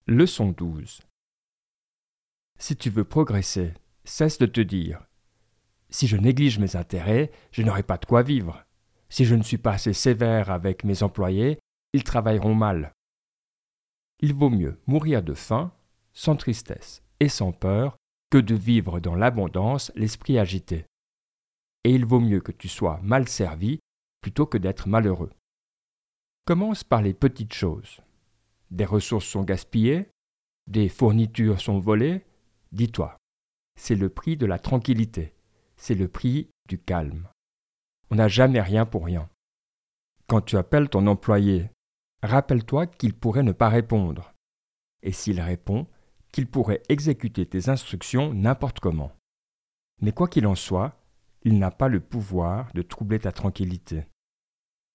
Leçon 12. Si tu veux progresser, cesse de te dire « Si je néglige mes intérêts, je n'aurai pas de quoi vivre. Si je ne suis pas assez sévère avec mes employés, ils travailleront mal. » Il vaut mieux mourir de faim, sans tristesse et sans peur, que de vivre dans l'abondance, l'esprit agité. Et il vaut mieux que tu sois mal servi plutôt que d'être malheureux. Commence par les petites choses. Des ressources sont gaspillées, des fournitures sont volées. Dis-toi, c'est le prix de la tranquillité, c'est le prix du calme. On n'a jamais rien pour rien. Quand tu appelles ton employé, rappelle-toi qu'il pourrait ne pas répondre. Et s'il répond, qu'il pourrait exécuter tes instructions n'importe comment. Mais quoi qu'il en soit, il n'a pas le pouvoir de troubler ta tranquillité.